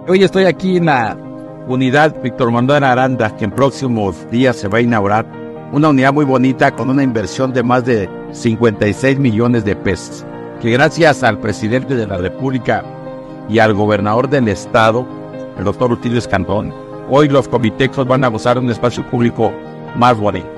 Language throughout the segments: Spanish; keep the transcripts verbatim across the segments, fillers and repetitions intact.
Hoy estoy aquí en la unidad Víctor Manuel Aranda, que en próximos días se va a inaugurar una unidad muy bonita con una inversión de más de cincuenta y seis millones de pesos, que gracias al presidente de la República y al gobernador del estado, el doctor Rutilio Escandón, hoy los comitexos van a gozar de un espacio público más bonito.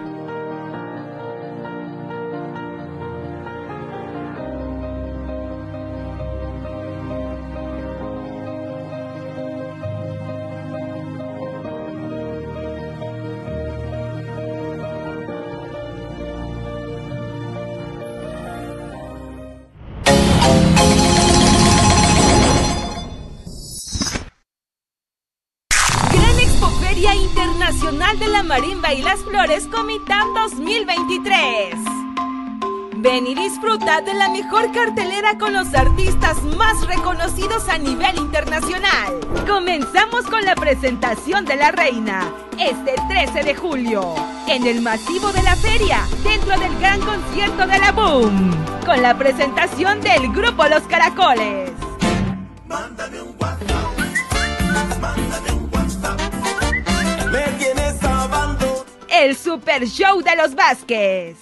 Feria Internacional de la Marimba y las Flores Comitán dos mil veintitrés. Ven y disfruta de la mejor cartelera con los artistas más reconocidos a nivel internacional. Comenzamos con la presentación de la reina, este trece de julio, en el masivo de la feria, dentro del gran concierto de la Boom, con la presentación del grupo Los Caracoles. Mándame un WhatsApp, mándame un WhatsApp. Me tienes abandonado. El Super Show de los Vázquez.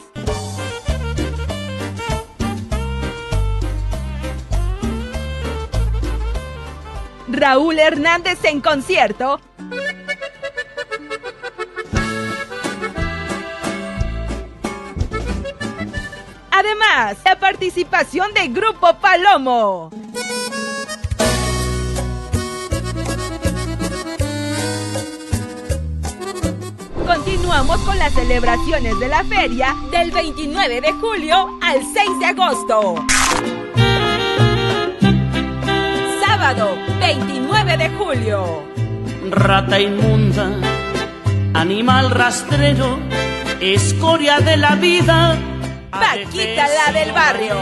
Raúl Hernández en concierto. Además, la participación del Grupo Palomo. Continuamos con las celebraciones de la feria del veintinueve de julio al seis de agosto. Sábado, veintinueve de julio. Rata inmunda, animal rastrero, escoria de la vida, Paquita la del barrio.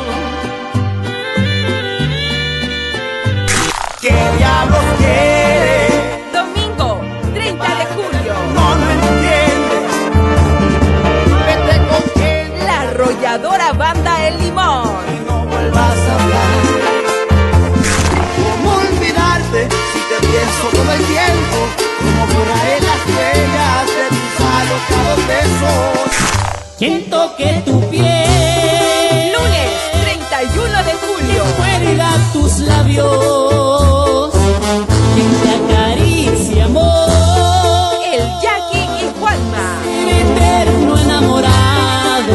¿Qué diablos quiere? Domingo, treinta de julio. No lo entiendes. Vete con quien. La arrolladora banda El Limón. Y no vuelvas a hablar. ¿Cómo olvidarte si te pienso todo el tiempo? Como por ahí las huellas de tus alocados besos. quien toque tu piel, Lunes, treinta y uno de julio. muerda tus labios, quien te acaricie amor, El Jackie y Juanma. eterno enamorado.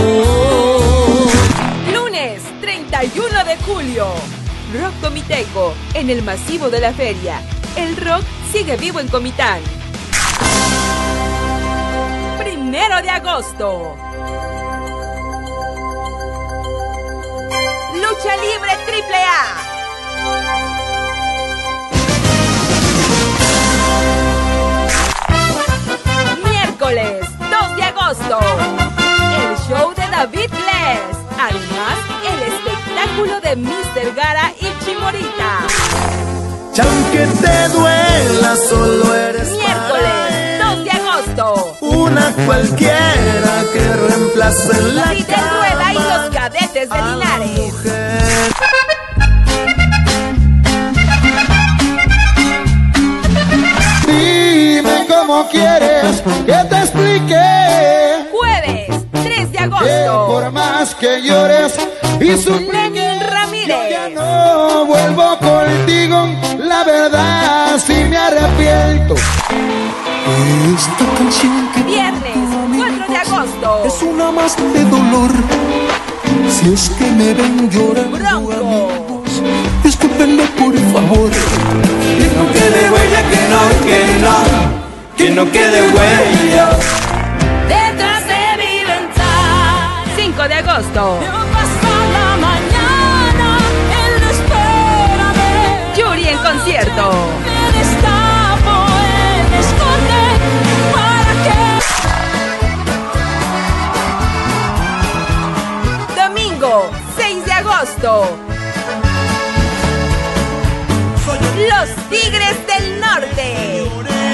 Lunes, treinta y uno de julio. Rock Comiteco, en el masivo de la feria. El rock sigue vivo en Comitán. Primero de agosto. Lucha Libre Triple A. Miércoles, dos de agosto. El show de David Gless. Además, el espectáculo de míster Gara y Chimorita. Y aunque te duela, solo eres Miércoles, dos de agosto. una cualquiera que reemplace la Peter Rueda y los Cadetes de Linares. Dime cómo quieres que te explique. Jueves, tres de Que agosto. por más que llores y supliques, Lenin Ramírez. ya no vuelvo contigo. La verdad, si me arrepiento. Esta canción que Viernes, cuatro de agosto. es una más de dolor. Si es que me ven llorando, Bronco. amigos, discúlpenme por favor. Que no quede huella, que no, que no, que no quede huella. Detrás de mi ventana. cinco de agosto. Pasa la mañana, él espera ver. Yuri en concierto. Me destapo, él esconde, ¿para qué? Domingo, seis de agosto. Los Tigres del Norte.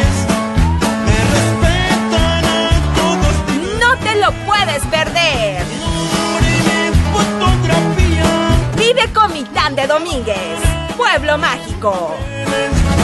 No te lo puedes perder. Vive Comitán de Domínguez, Pueblo Mágico.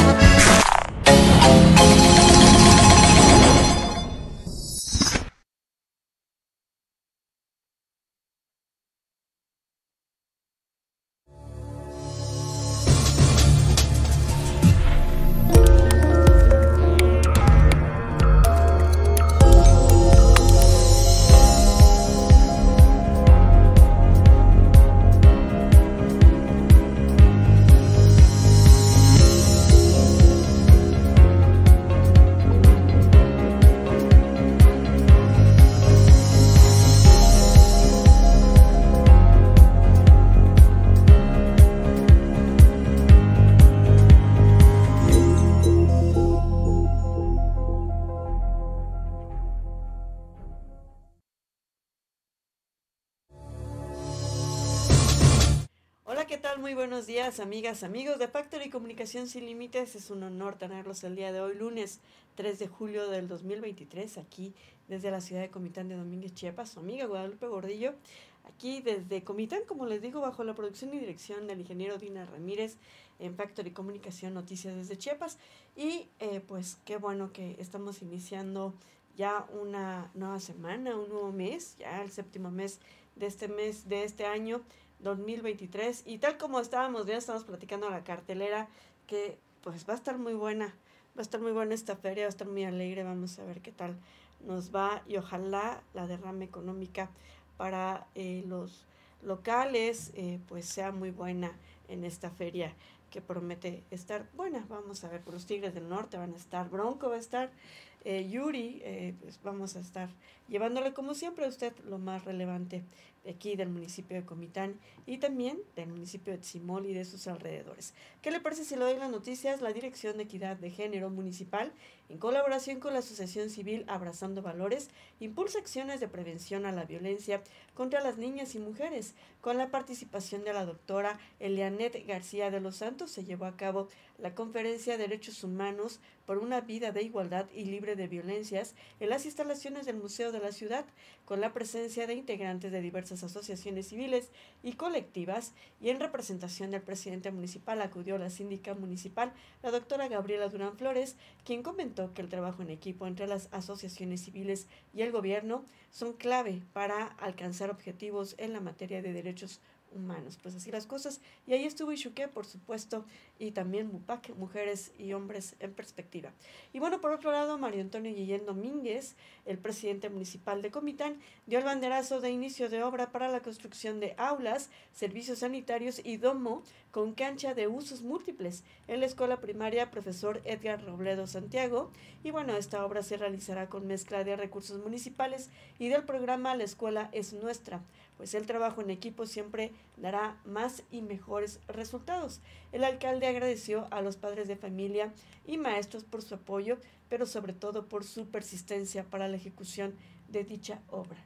Muy buenos días, amigas, amigos de Factory Comunicación Sin Límites. Es un honor tenerlos el día de hoy, lunes tres de julio del dos mil veintitrés, aquí desde la ciudad de Comitán de Domínguez, Chiapas. Su amiga Guadalupe Gordillo, aquí desde Comitán, como les digo, bajo la producción y dirección del ingeniero Dina Ramírez en Factory Comunicación Noticias desde Chiapas. Y eh, pues qué bueno que estamos iniciando ya una nueva semana, un nuevo mes, ya el séptimo mes de este mes, de este año dos mil veintitrés, y tal como estábamos ya estamos platicando la cartelera, que pues va a estar muy buena, va a estar muy buena esta feria, va a estar muy alegre. Vamos a ver qué tal nos va, y ojalá la derrama económica para eh, los locales eh, pues sea muy buena en esta feria, que promete estar buena. Vamos a ver, por los Tigres del Norte van a estar, Bronco va a estar, eh, Yuri, eh, pues vamos a estar llevándole como siempre a usted lo más relevante de aquí del municipio de Comitán y también del municipio de Tzimol y de sus alrededores. ¿Qué le parece si le doy las noticias? La Dirección de Equidad de Género Municipal, en colaboración con la Asociación Civil Abrazando Valores, impulsa acciones de prevención a la violencia contra las niñas y mujeres. Con la participación de la doctora Elianet García de los Santos, se llevó a cabo la conferencia Derechos Humanos por una vida de igualdad y libre de violencias en las instalaciones del Museo de la Ciudad, con la presencia de integrantes de diversas asociaciones civiles y colectivas, y en representación del presidente municipal acudió la síndica municipal, la doctora Gabriela Durán Flores, quien comentó que el trabajo en equipo entre las asociaciones civiles y el gobierno son clave para alcanzar objetivos en la materia de derechos humanos. Pues así las cosas, y ahí estuvo Ixuqué, por supuesto, y también MUPAC, Mujeres y Hombres en Perspectiva. Y bueno, por otro lado, Mario Antonio Guillén Domínguez, el presidente municipal de Comitán, dio el banderazo de inicio de obra para la construcción de aulas, servicios sanitarios y domo con cancha de usos múltiples en la escuela primaria Profesor Edgar Robledo Santiago. Y bueno, esta obra se realizará con mezcla de recursos municipales y del programa La Escuela es Nuestra, pues el trabajo en equipo siempre dará más y mejores resultados. El alcalde agradeció a los padres de familia y maestros por su apoyo, pero sobre todo por su persistencia para la ejecución de dicha obra.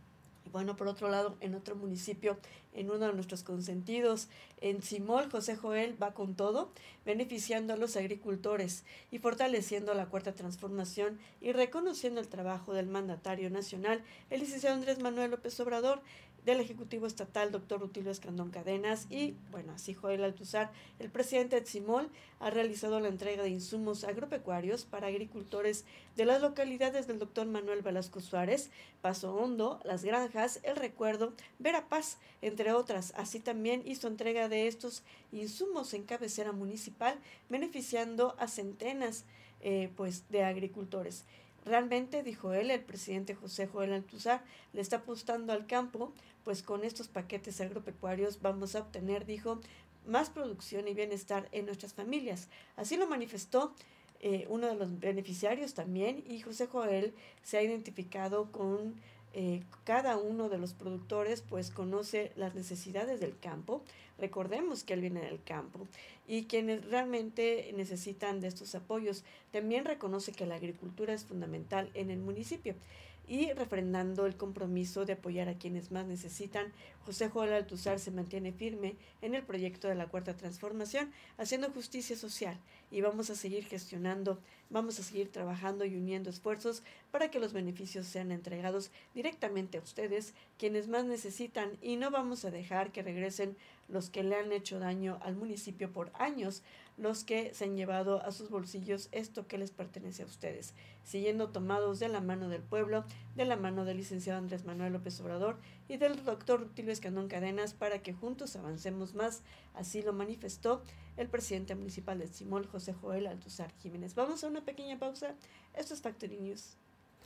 Y bueno, por otro lado, en otro municipio, en uno de nuestros consentidos, en Tzimol, José Joel va con todo, beneficiando a los agricultores y fortaleciendo la cuarta transformación y reconociendo el trabajo del mandatario nacional, el licenciado Andrés Manuel López Obrador, del Ejecutivo Estatal, doctor Rutilio Escandón Cadenas, y, bueno, así Joel Altuzar, el presidente de Tzimol, ha realizado la entrega de insumos agropecuarios para agricultores de las localidades del doctor Manuel Velasco Suárez, Paso Hondo, Las Granjas, El Recuerdo, Verapaz, entre otras. Así también hizo entrega de estos insumos en cabecera municipal, beneficiando a centenas eh, pues, de agricultores. Realmente, dijo él, el presidente José Joel Altuzar le está apostando al campo, pues con estos paquetes agropecuarios vamos a obtener, dijo, más producción y bienestar en nuestras familias. Así lo manifestó eh, uno de los beneficiarios también, y José Joel se ha identificado con eh, cada uno de los productores, pues conoce las necesidades del campo. Recordemos que él viene del campo y quienes realmente necesitan de estos apoyos. También reconoce que la agricultura es fundamental en el municipio. Y refrendando el compromiso de apoyar a quienes más necesitan, José Joel Altuzar se mantiene firme en el proyecto de la Cuarta Transformación, haciendo justicia social, y vamos a seguir gestionando, vamos a seguir trabajando y uniendo esfuerzos para que los beneficios sean entregados directamente a ustedes, quienes más necesitan, y no vamos a dejar que regresen los que le han hecho daño al municipio por años, los que se han llevado a sus bolsillos esto que les pertenece a ustedes, siguiendo tomados de la mano del pueblo, de la mano del licenciado Andrés Manuel López Obrador y del doctor Rutilio Escandón Cadenas, para que juntos avancemos más. Así lo manifestó el presidente municipal de Tzimol, José Joel Altuzar Jiménez. Vamos a una pequeña pausa. Esto es Factory News.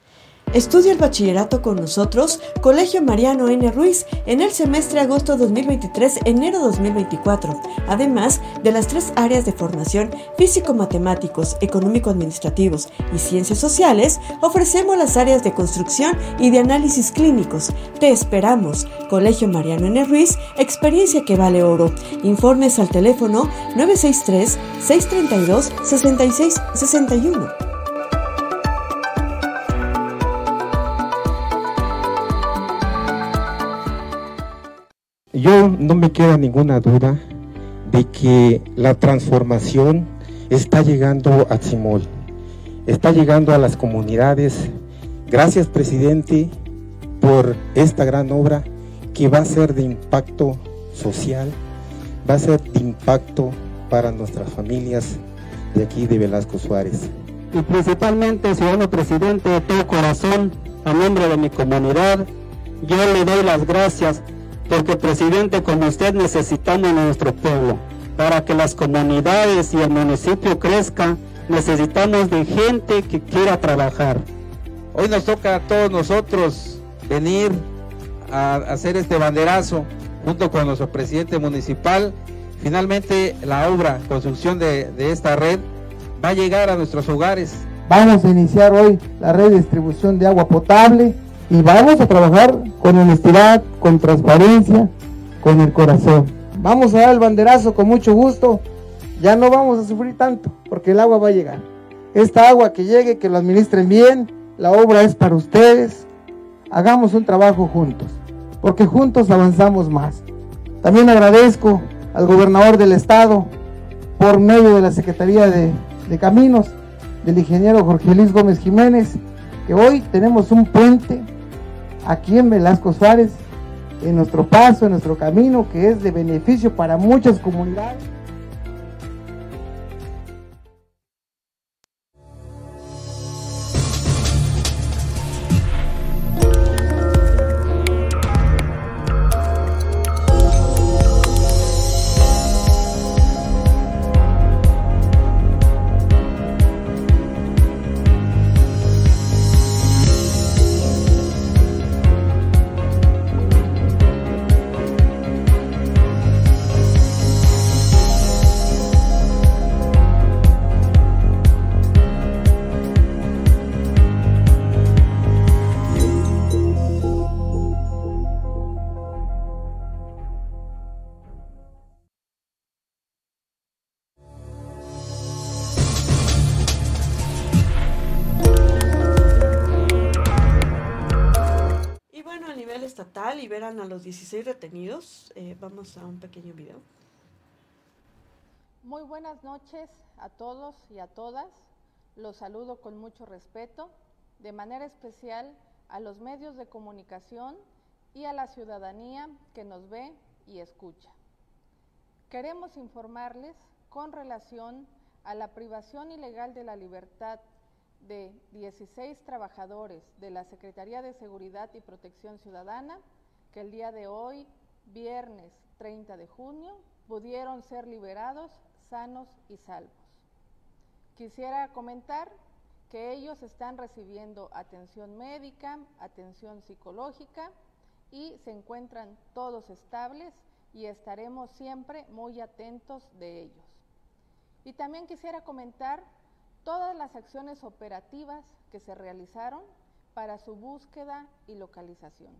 Estudia el bachillerato con nosotros, Colegio Mariano N. Ruiz, en el semestre agosto dos mil veintitrés-enero dos mil veinticuatro. Además de las tres áreas de formación, físico-matemáticos, económico-administrativos y ciencias sociales, ofrecemos las áreas de construcción y de análisis clínicos. Te esperamos. Colegio Mariano N. Ruiz, experiencia que vale oro. Informes al teléfono nueve seis tres, seis tres dos, seis seis seis uno. Yo no me queda ninguna duda de que la transformación está llegando a Tzimol, está llegando a las comunidades. Gracias, presidente, por esta gran obra que va a ser de impacto social, va a ser de impacto para nuestras familias de aquí de Velasco Suárez. Y principalmente, ciudadano presidente, de todo corazón, a nombre de mi comunidad, yo le doy las gracias porque, presidente, como usted necesitamos en nuestro pueblo. Para que las comunidades y el municipio crezcan, necesitamos de gente que quiera trabajar. Hoy nos toca a todos nosotros venir a hacer este banderazo junto con nuestro presidente municipal. Finalmente la obra, construcción de, de esta red va a llegar a nuestros hogares. Vamos a iniciar hoy la red de distribución de agua potable y vamos a trabajar con honestidad, con transparencia, con el corazón. Vamos a dar el banderazo con mucho gusto, ya no vamos a sufrir tanto, porque el agua va a llegar. Esta agua que llegue, que lo administren bien, la obra es para ustedes, hagamos un trabajo juntos, porque juntos avanzamos más. También agradezco al gobernador del estado, por medio de la Secretaría de, de Caminos, del ingeniero Jorge Luis Gómez Jiménez, que hoy tenemos un puente aquí en Velasco Suárez, en nuestro paso, en nuestro camino, que es de beneficio para muchas comunidades. Estatal liberan a los dieciséis retenidos. Eh, vamos a un pequeño video. Muy buenas noches a todos y a todas. Los saludo con mucho respeto, de manera especial a los medios de comunicación y a la ciudadanía que nos ve y escucha. Queremos informarles con relación a la privación ilegal de la libertad de dieciséis trabajadores de la Secretaría de Seguridad y Protección Ciudadana, que el día de hoy, viernes treinta de junio, pudieron ser liberados sanos y salvos. Quisiera comentar que ellos están recibiendo atención médica, atención psicológica y se encuentran todos estables y estaremos siempre muy atentos de ellos. Y también quisiera comentar todas las acciones operativas que se realizaron para su búsqueda y localización.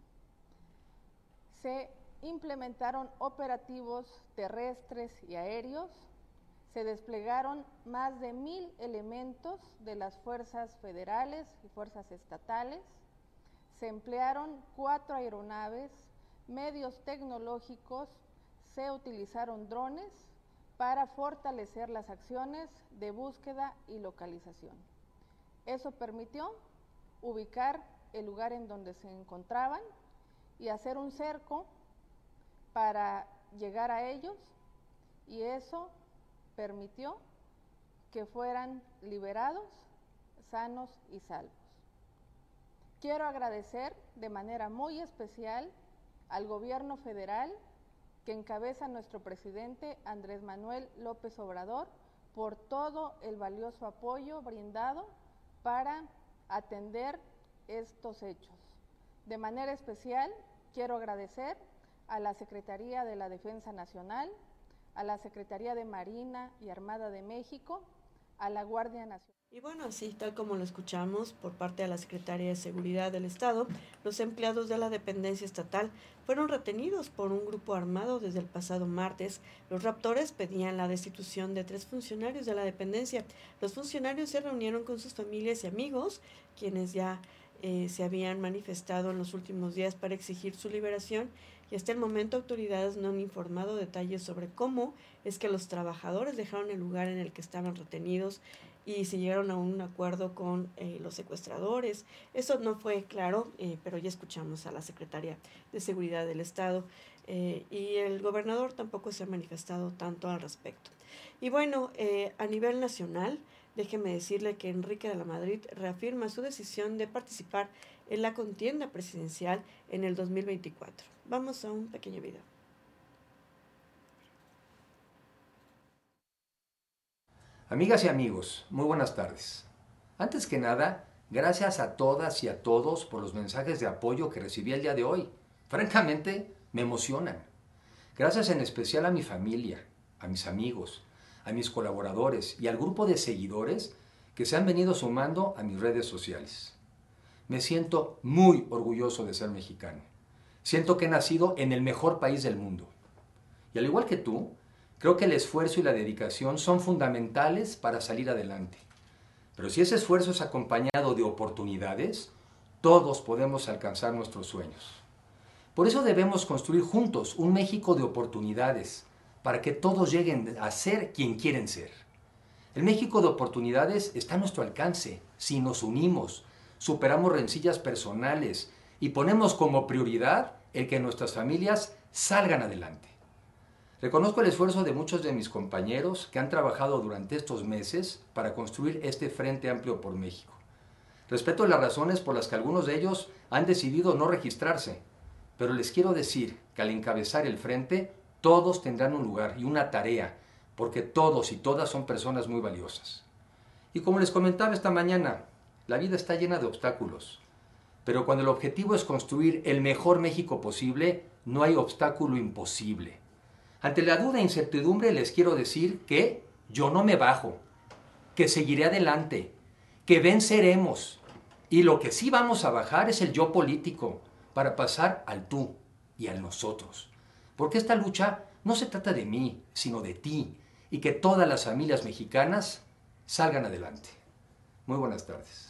Se implementaron operativos terrestres y aéreos, se desplegaron más de mil elementos de las fuerzas federales y fuerzas estatales, se emplearon cuatro aeronaves, medios tecnológicos, se utilizaron drones para fortalecer las acciones de búsqueda y localización. Eso permitió ubicar el lugar en donde se encontraban y hacer un cerco para llegar a ellos, y eso permitió que fueran liberados sanos y salvos. Quiero agradecer de manera muy especial al gobierno federal que encabeza nuestro presidente Andrés Manuel López Obrador por todo el valioso apoyo brindado para atender estos hechos. De manera especial, quiero agradecer a la Secretaría de la Defensa Nacional, a la Secretaría de Marina y Armada de México, a la Guardia Nacional. Y bueno, así tal como lo escuchamos por parte de la Secretaría de Seguridad del Estado, los empleados de la dependencia estatal fueron retenidos por un grupo armado desde el pasado martes. Los raptores pedían la destitución de tres funcionarios de la dependencia. Los funcionarios se reunieron con sus familias y amigos, quienes ya eh, se habían manifestado en los últimos días para exigir su liberación, y hasta el momento autoridades no han informado detalles sobre cómo es que los trabajadores dejaron el lugar en el que estaban retenidos y se llegaron a un acuerdo con eh, los secuestradores. Eso no fue claro, eh, pero ya escuchamos a la secretaria de Seguridad del Estado eh, y el gobernador tampoco se ha manifestado tanto al respecto. Y bueno, eh, a nivel nacional, déjeme decirle que Enrique de la Madrid reafirma su decisión de participar en la contienda presidencial en el dos mil veinticuatro. Vamos a un pequeño video. Amigas y amigos, muy buenas tardes. Antes que nada, gracias a todas y a todos por los mensajes de apoyo que recibí el día de hoy. Francamente, me emocionan. Gracias en especial a mi familia, a mis amigos, a mis colaboradores y al grupo de seguidores que se han venido sumando a mis redes sociales. Me siento muy orgulloso de ser mexicano. Siento que he nacido en el mejor país del mundo. Y al igual que tú, creo que el esfuerzo y la dedicación son fundamentales para salir adelante. Pero si ese esfuerzo es acompañado de oportunidades, todos podemos alcanzar nuestros sueños. Por eso debemos construir juntos un México de oportunidades, para que todos lleguen a ser quien quieren ser. El México de oportunidades está a nuestro alcance si nos unimos, superamos rencillas personales y ponemos como prioridad el que nuestras familias salgan adelante. Reconozco el esfuerzo de muchos de mis compañeros que han trabajado durante estos meses para construir este Frente Amplio por México. Respeto las razones por las que algunos de ellos han decidido no registrarse, pero les quiero decir que al encabezar el frente, todos tendrán un lugar y una tarea, porque todos y todas son personas muy valiosas. Y como les comentaba esta mañana, la vida está llena de obstáculos, pero cuando el objetivo es construir el mejor México posible, no hay obstáculo imposible. Ante la duda e incertidumbre les quiero decir que yo no me bajo, que seguiré adelante, que venceremos. Y lo que sí vamos a bajar es el yo político, para pasar al tú y al nosotros. Porque esta lucha no se trata de mí, sino de ti, y que todas las familias mexicanas salgan adelante. Muy buenas tardes.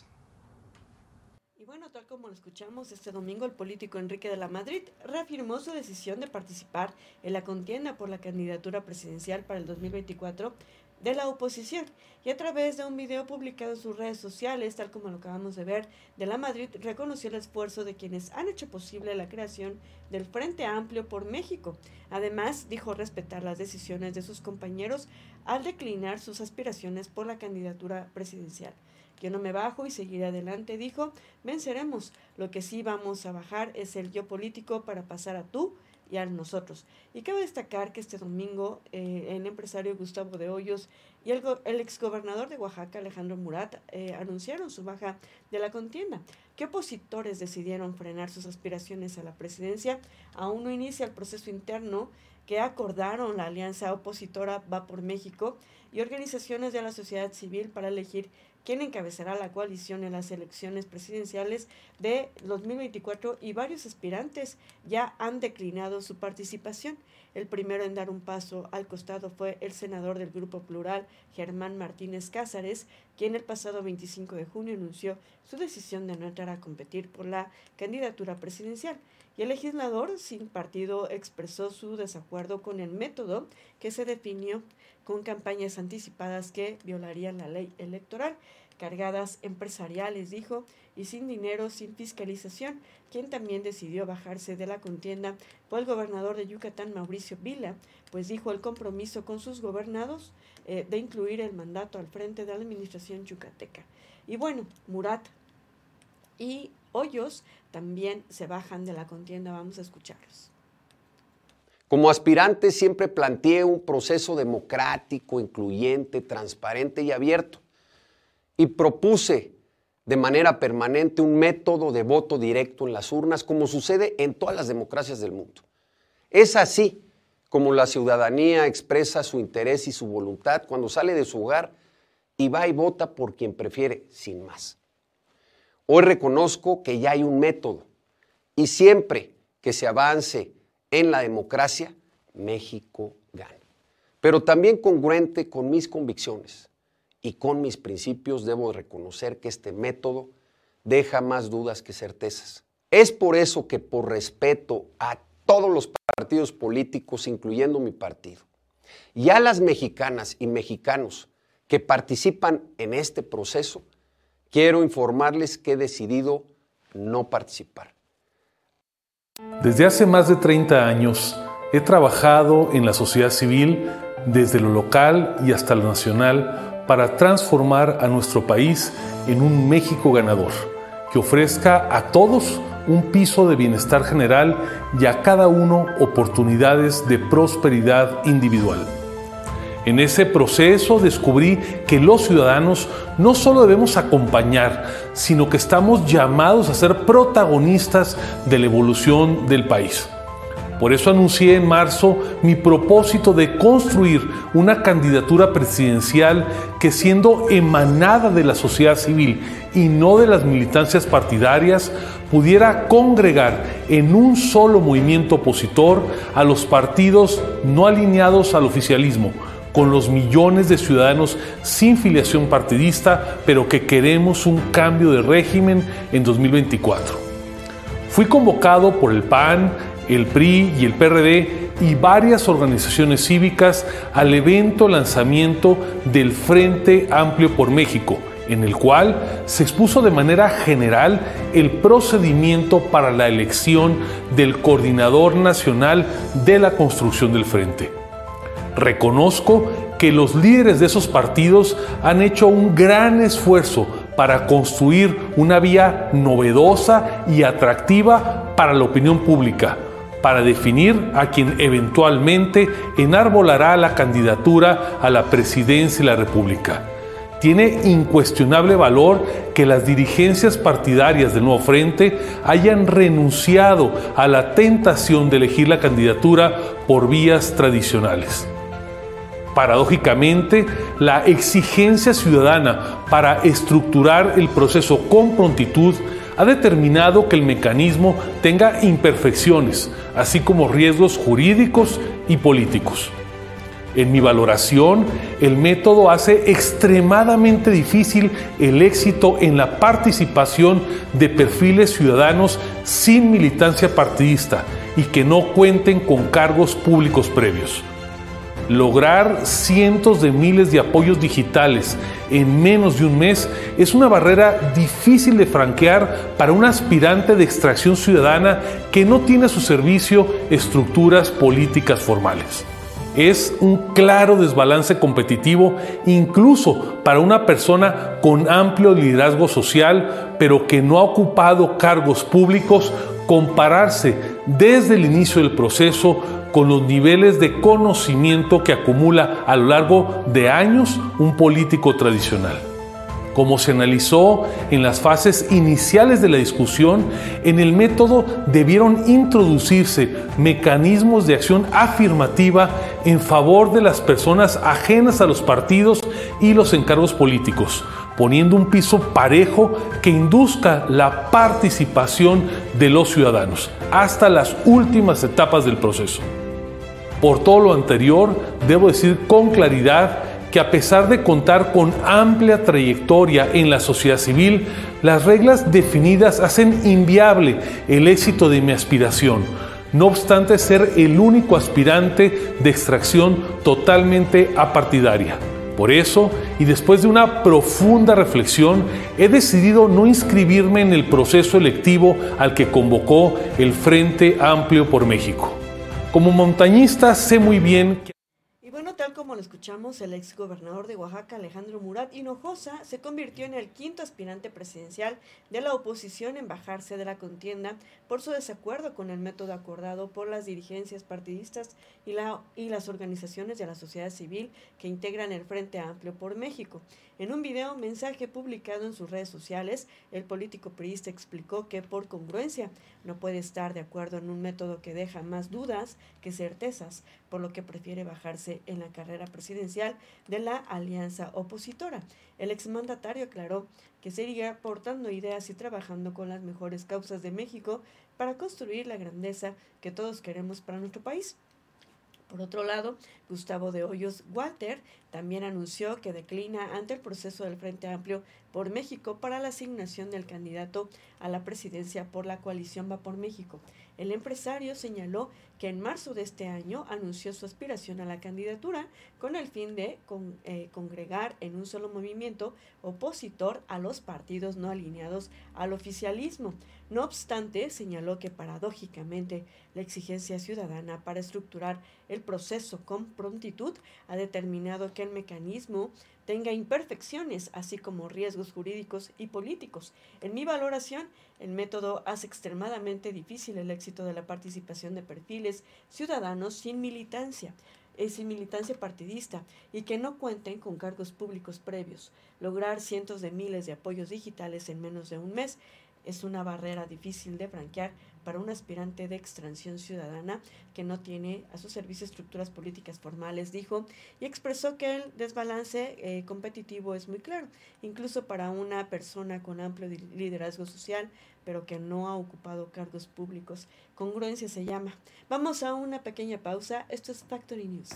Bueno, tal como lo escuchamos, este domingo el político Enrique de la Madrid reafirmó su decisión de participar en la contienda por la candidatura presidencial para el dos mil veinticuatro de la oposición y a través de un video publicado en sus redes sociales, tal como lo acabamos de ver, de la Madrid reconoció el esfuerzo de quienes han hecho posible la creación del Frente Amplio por México. Además, dijo respetar las decisiones de sus compañeros al declinar sus aspiraciones por la candidatura presidencial. Yo no me bajo y seguiré adelante, dijo, venceremos. Lo que sí vamos a bajar es el yo político para pasar a tú y a nosotros. Y cabe destacar que este domingo eh, el empresario Gustavo de Hoyos y el, go- el exgobernador de Oaxaca, Alejandro Murat, eh, anunciaron su baja de la contienda. ¿Qué opositores decidieron frenar sus aspiraciones a la presidencia? Aún no inicia el proceso interno que acordaron la alianza opositora Va por México y organizaciones de la sociedad civil para elegir quién encabezará la coalición en las elecciones presidenciales de dos mil veinticuatro y varios aspirantes ya han declinado su participación. El primero en dar un paso al costado fue el senador del Grupo Plural, Germán Martínez Cázares, quien el pasado veinticinco de junio anunció su decisión de no entrar a competir por la candidatura presidencial. Y el legislador sin partido expresó su desacuerdo con el método que se definió con campañas anticipadas que violarían la ley electoral, cargadas empresariales, dijo, y sin dinero, sin fiscalización. Quien también decidió bajarse de la contienda fue el gobernador de Yucatán, Mauricio Vila, pues dijo el compromiso con sus gobernados eh, de incluir el mandato al frente de la administración yucateca. Y bueno, Murat y Hoyos también se bajan de la contienda. Vamos a escucharlos. Como aspirante siempre planteé un proceso democrático, incluyente, transparente y abierto. Y propuse de manera permanente un método de voto directo en las urnas, como sucede en todas las democracias del mundo. Es así como la ciudadanía expresa su interés y su voluntad cuando sale de su hogar y va y vota por quien prefiere, sin más. Hoy reconozco que ya hay un método y siempre que se avance en la democracia, México gana. Pero también congruente con mis convicciones y con mis principios, debo reconocer que este método deja más dudas que certezas. Es por eso que por respeto a todos los partidos políticos, incluyendo mi partido. Y a las mexicanas y mexicanos que participan en este proceso, quiero informarles que he decidido no participar. Desde hace más de treinta años he trabajado en la sociedad civil desde lo local y hasta lo nacional para transformar a nuestro país en un México ganador, que ofrezca a todos un piso de bienestar general y a cada uno oportunidades de prosperidad individual. En ese proceso descubrí que los ciudadanos no solo debemos acompañar, sino que estamos llamados a ser protagonistas de la evolución del país. Por eso anuncié en marzo mi propósito de construir una candidatura presidencial que, siendo emanada de la sociedad civil y no de las militancias partidarias, pudiera congregar en un solo movimiento opositor a los partidos no alineados al oficialismo, con los millones de ciudadanos sin filiación partidista, pero que queremos un cambio de régimen en dos mil veinticuatro. Fui convocado por el P A N, el P R I y el P R D y varias organizaciones cívicas al evento lanzamiento del Frente Amplio por México, en el cual se expuso de manera general el procedimiento para la elección del Coordinador Nacional de la Construcción del Frente. Reconozco que los líderes de esos partidos han hecho un gran esfuerzo para construir una vía novedosa y atractiva para la opinión pública, para definir a quien eventualmente enarbolará la candidatura a la presidencia de la República. Tiene incuestionable valor que las dirigencias partidarias del Nuevo Frente hayan renunciado a la tentación de elegir la candidatura por vías tradicionales. Paradójicamente, la exigencia ciudadana para estructurar el proceso con prontitud ha determinado que el mecanismo tenga imperfecciones, así como riesgos jurídicos y políticos. En mi valoración, el método hace extremadamente difícil el éxito en la participación de perfiles ciudadanos sin militancia partidista y que no cuenten con cargos públicos previos. Lograr cientos de miles de apoyos digitales en menos de un mes es una barrera difícil de franquear para un aspirante de extracción ciudadana que no tiene a su servicio estructuras políticas formales. Es un claro desbalance competitivo incluso para una persona con amplio liderazgo social, pero que no ha ocupado cargos públicos, compararse desde el inicio del proceso con los niveles de conocimiento que acumula a lo largo de años un político tradicional. Como se analizó en las fases iniciales de la discusión, en el método debieron introducirse mecanismos de acción afirmativa en favor de las personas ajenas a los partidos y los encargos políticos, poniendo un piso parejo que induzca la participación de los ciudadanos hasta las últimas etapas del proceso. Por todo lo anterior, debo decir con claridad que a pesar de contar con amplia trayectoria en la sociedad civil, las reglas definidas hacen inviable el éxito de mi aspiración, no obstante ser el único aspirante de extracción totalmente apartidaria. Por eso, y después de una profunda reflexión, he decidido no inscribirme en el proceso electivo al que convocó el Frente Amplio por México. Como montañista sé muy bien que... Y bueno, tal como lo escuchamos, el ex gobernador de Oaxaca, Alejandro Murat Hinojosa, se convirtió en el quinto aspirante presidencial de la oposición en bajarse de la contienda por su desacuerdo con el método acordado por las dirigencias partidistas y, la, y las organizaciones de la sociedad civil que integran el Frente Amplio por México. En un video mensaje publicado en sus redes sociales, el político priista explicó que por congruencia no puede estar de acuerdo en un método que deja más dudas que certezas, por lo que prefiere bajarse en la carrera presidencial de la alianza opositora. El exmandatario aclaró que seguirá aportando ideas y trabajando con las mejores causas de México para construir la grandeza que todos queremos para nuestro país. Por otro lado, Gustavo de Hoyos Walter, También anunció que declina ante el proceso del Frente Amplio por México para la asignación del candidato a la presidencia por la coalición Va por México. El empresario señaló que en marzo de este año anunció su aspiración a la candidatura con el fin de con, eh, congregar en un solo movimiento opositor a los partidos no alineados al oficialismo. No obstante, señaló que paradójicamente la exigencia ciudadana para estructurar el proceso con prontitud ha determinado que el mecanismo tenga imperfecciones, así como riesgos jurídicos y políticos. En mi valoración, el método hace extremadamente difícil el éxito de la participación de perfiles ciudadanos sin militancia, eh, sin militancia partidista y que no cuenten con cargos públicos previos. Lograr cientos de miles de apoyos digitales en menos de un mes es una barrera difícil de franquear para un aspirante de extracción ciudadana que no tiene a su servicio estructuras políticas formales, dijo, y expresó que el desbalance eh, competitivo es muy claro, incluso para una persona con amplio liderazgo social, pero que no ha ocupado cargos públicos. Congruencia se llama. Vamos a una pequeña pausa. Esto es Factory News.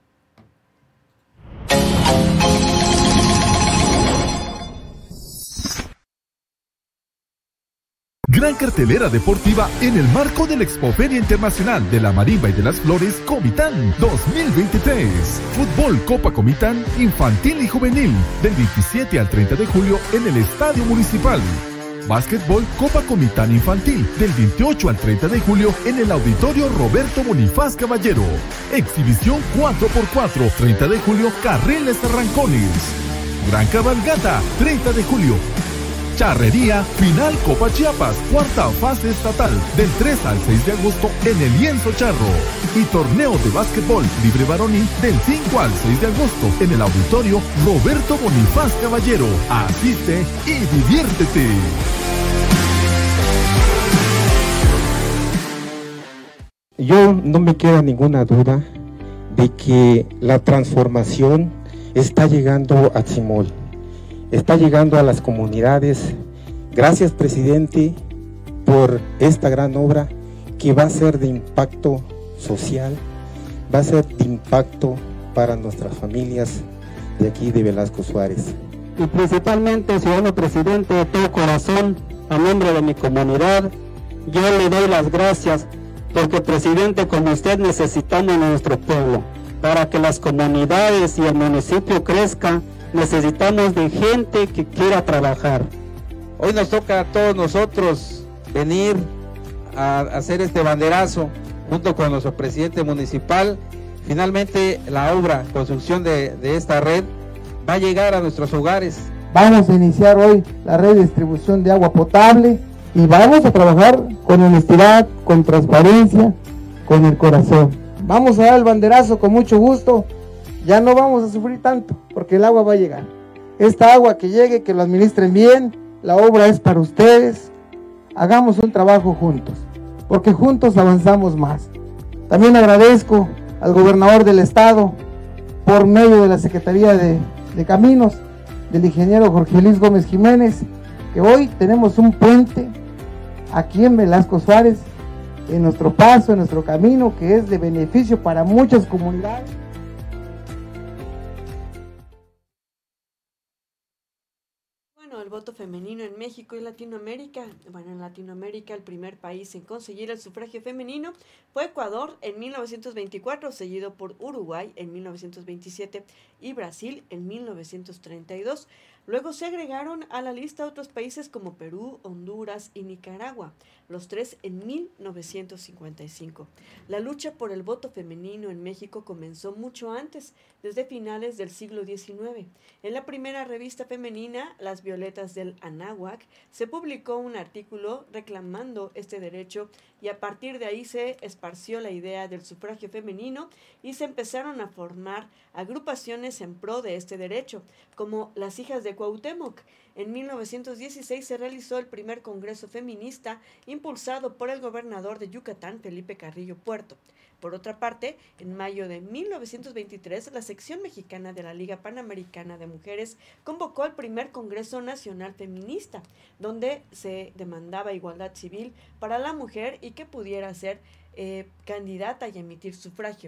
Gran cartelera deportiva en el marco de la Expoferia Internacional de la Marimba y de las Flores Comitán dos mil veintitrés. Fútbol Copa Comitán infantil y juvenil del veintisiete al treinta de julio en el Estadio Municipal. Básquetbol Copa Comitán infantil del veintiocho al treinta de julio en el Auditorio Roberto Bonifaz Caballero. Exhibición cuatro por cuatro, treinta de julio, Carriles Arrancones. Gran cabalgata, treinta de julio. Charrería, final Copa Chiapas, cuarta fase estatal, del tres al seis de agosto en el Lienzo Charro. Y torneo de básquetbol libre varonil del cinco al seis de agosto en el Auditorio Roberto Bonifaz Caballero. Asiste y diviértete. Yo no me queda ninguna duda de que la transformación está llegando a Tzimol. Está llegando a las comunidades. Gracias, presidente, por esta gran obra que va a ser de impacto social, va a ser de impacto para nuestras familias de aquí de Velasco Suárez. Y principalmente, ciudadano presidente, de todo corazón, a nombre de mi comunidad, yo le doy las gracias porque, presidente, como usted necesitamos en nuestro pueblo, para que las comunidades y el municipio crezcan. Necesitamos de gente que quiera trabajar. Hoy nos toca a todos nosotros venir a hacer este banderazo junto con nuestro presidente municipal. Finalmente la obra, construcción de, de esta red va a llegar a nuestros hogares. Vamos a iniciar hoy la red de distribución de agua potable y vamos a trabajar con honestidad, con transparencia, con el corazón. Vamos a dar el banderazo con mucho gusto. Ya no vamos a sufrir tanto, porque el agua va a llegar. Esta agua que llegue, que lo administren bien, la obra es para ustedes. Hagamos un trabajo juntos, porque juntos avanzamos más. También agradezco al gobernador del estado, por medio de la Secretaría de, de Caminos, del ingeniero Jorge Luis Gómez Jiménez, que hoy tenemos un puente aquí en Velasco Suárez, en nuestro paso, en nuestro camino, que es de beneficio para muchas comunidades. El voto femenino en México y Latinoamérica. Bueno, en Latinoamérica el primer país en conseguir el sufragio femenino fue Ecuador en mil novecientos veinticuatro, seguido por Uruguay en mil novecientos veintisiete y Brasil en mil novecientos treinta y dos. Luego se agregaron a la lista otros países como Perú, Honduras y Nicaragua, los tres en mil novecientos cincuenta y cinco. La lucha por el voto femenino en México comenzó mucho antes, desde finales del siglo diecinueve. En la primera revista femenina, Las Violetas del Anáhuac, se publicó un artículo reclamando este derecho y a partir de ahí se esparció la idea del sufragio femenino y se empezaron a formar agrupaciones en pro de este derecho, como las Hijas de Cuauhtémoc. En mil novecientos dieciséis se realizó el primer congreso feminista impulsado por el gobernador de Yucatán, Felipe Carrillo Puerto. Por otra parte, en mayo de mil novecientos veintitrés, la sección mexicana de la Liga Panamericana de Mujeres convocó al primer Congreso Nacional Feminista, donde se demandaba igualdad civil para la mujer y que pudiera ser eh, candidata y emitir sufragio.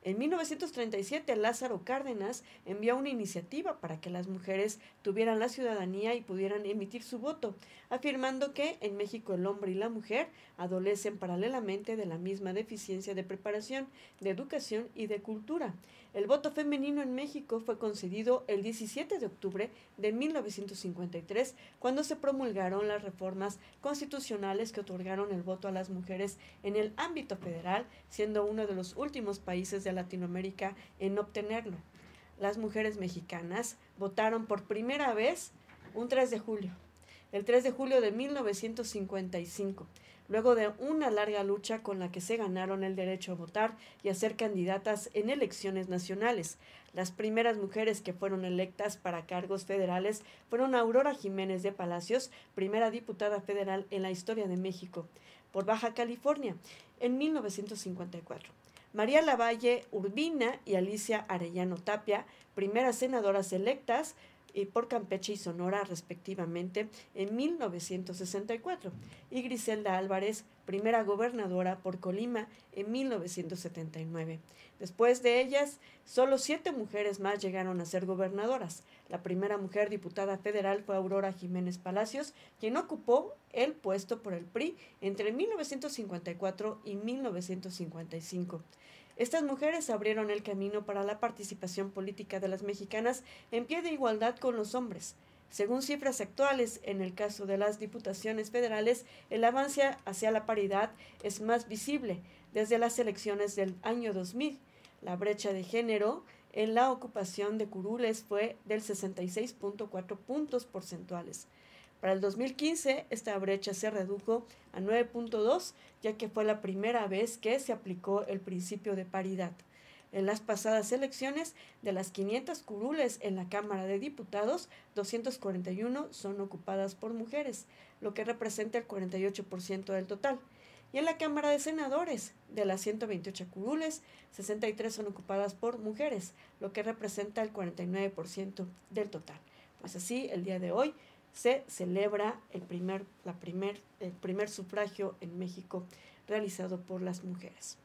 En mil novecientos treinta y siete, Lázaro Cárdenas envió una iniciativa para que las mujeres tuvieran la ciudadanía y pudieran emitir su voto, afirmando que en México el hombre y la mujer adolecen paralelamente de la misma deficiencia de preparación, de educación y de cultura. El voto femenino en México fue concedido el diecisiete de octubre de mil novecientos cincuenta y tres, cuando se promulgaron las reformas constitucionales que otorgaron el voto a las mujeres en el ámbito federal, siendo uno de los últimos países de Latinoamérica en obtenerlo. Las mujeres mexicanas votaron por primera vez un tres de julio, el tres de julio de mil novecientos cincuenta y cinco, luego de una larga lucha con la que se ganaron el derecho a votar y a ser candidatas en elecciones nacionales. Las primeras mujeres que fueron electas para cargos federales fueron Aurora Jiménez de Palacios, primera diputada federal en la historia de México, por Baja California, en mil novecientos cincuenta y cuatro. María Lavalle Urbina y Alicia Arellano Tapia, primeras senadoras electas y por Campeche y Sonora respectivamente en mil novecientos sesenta y cuatro, y Griselda Álvarez, primera gobernadora por Colima en mil novecientos setenta y nueve. Después de ellas, solo siete mujeres más llegaron a ser gobernadoras. La primera mujer diputada federal fue Aurora Jiménez Palacios, quien ocupó el puesto por el P R I entre mil novecientos cincuenta y cuatro y mil novecientos cincuenta y cinco. Estas mujeres abrieron el camino para la participación política de las mexicanas en pie de igualdad con los hombres. Según cifras actuales, en el caso de las diputaciones federales, el avance hacia la paridad es más visible desde las elecciones del año dos mil. La brecha de género en la ocupación de curules fue del sesenta y seis punto cuatro puntos porcentuales. Para el dos mil quince, esta brecha se redujo a nueve punto dos, ya que fue la primera vez que se aplicó el principio de paridad. En las pasadas elecciones, de las quinientas curules en la Cámara de Diputados, doscientas cuarenta y uno son ocupadas por mujeres, lo que representa el cuarenta y ocho por ciento del total. Y en la Cámara de Senadores, de las ciento veintiocho curules, sesenta y tres son ocupadas por mujeres, lo que representa el cuarenta y nueve por ciento del total. Pues así, el día de hoy, se celebra el primer, la primer, el primer sufragio en México realizado por las mujeres.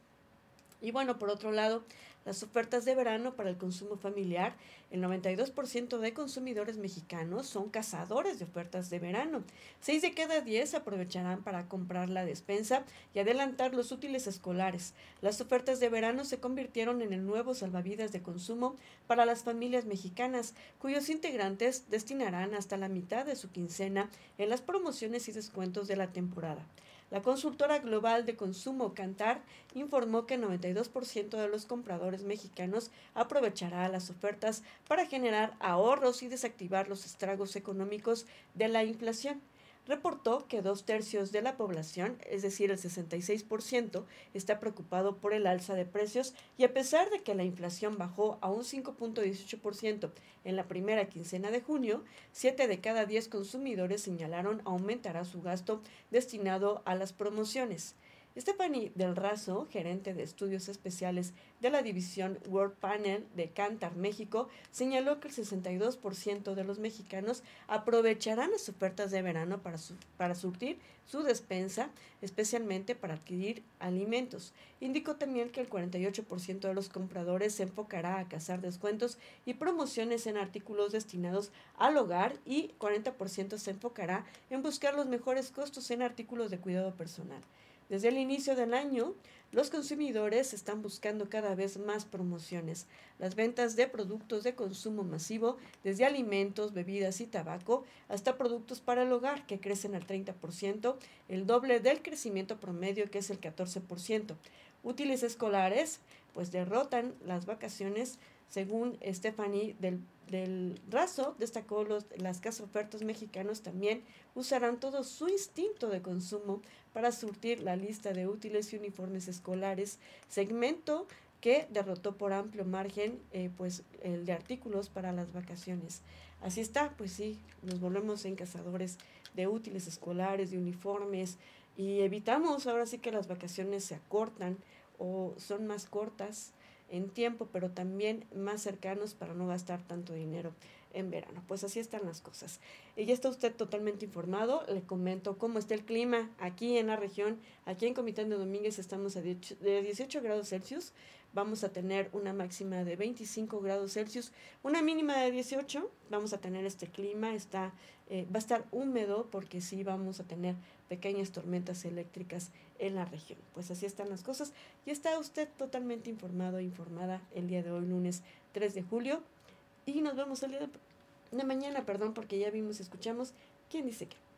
Y bueno, por otro lado, las ofertas de verano para el consumo familiar, el noventa y dos por ciento de consumidores mexicanos son cazadores de ofertas de verano. seis de cada diez aprovecharán para comprar la despensa y adelantar los útiles escolares. Las ofertas de verano se convirtieron en el nuevo salvavidas de consumo para las familias mexicanas, cuyos integrantes destinarán hasta la mitad de su quincena en las promociones y descuentos de la temporada. La consultora global de consumo Kantar informó que el noventa y dos por ciento de los compradores mexicanos aprovechará las ofertas para generar ahorros y desactivar los estragos económicos de la inflación. Reportó que dos tercios de la población, es decir, el sesenta y seis por ciento, está preocupado por el alza de precios y a pesar de que la inflación bajó a un cinco punto dieciocho por ciento en la primera quincena de junio, siete de cada diez consumidores señalaron aumentará su gasto destinado a las promociones. Stephanie Del Razo, gerente de estudios especiales de la división World Panel de Kantar México, señaló que el sesenta y dos por ciento de los mexicanos aprovecharán las ofertas de verano para, su, para surtir su despensa, especialmente para adquirir alimentos. Indicó también que el cuarenta y ocho por ciento de los compradores se enfocará a cazar descuentos y promociones en artículos destinados al hogar y cuarenta por ciento se enfocará en buscar los mejores costos en artículos de cuidado personal. Desde el inicio del año, los consumidores están buscando cada vez más promociones. Las ventas de productos de consumo masivo, desde alimentos, bebidas y tabaco, hasta productos para el hogar, que crecen al treinta por ciento, el doble del crecimiento promedio, que es el catorce por ciento. Útiles escolares, pues derrotan las vacaciones. Según Stephanie del, del Razo, destacó los, las cazaofertas mexicanos también usarán todo su instinto de consumo para surtir la lista de útiles y uniformes escolares, segmento que derrotó por amplio margen eh, pues el de artículos para las vacaciones. Así está, pues sí, nos volvemos en cazadores de útiles escolares, de uniformes, y evitamos ahora sí que las vacaciones se acortan o son más cortas en tiempo, pero también más cercanos para no gastar tanto dinero en verano. Pues así están las cosas. Y ya está usted totalmente informado. Le comento cómo está el clima aquí en la región. Aquí en Comitán de Domínguez estamos a dieciocho grados Celsius. vamos a tener una máxima de veinticinco grados Celsius, una mínima de dieciocho, vamos a tener este clima, está, eh, va a estar húmedo porque sí vamos a tener pequeñas tormentas eléctricas en la región. Pues así están las cosas y está usted totalmente informado, informada el día de hoy, lunes tres de julio, y nos vemos el día de, de mañana, perdón, porque ya vimos, escuchamos, ¿quién dice qué?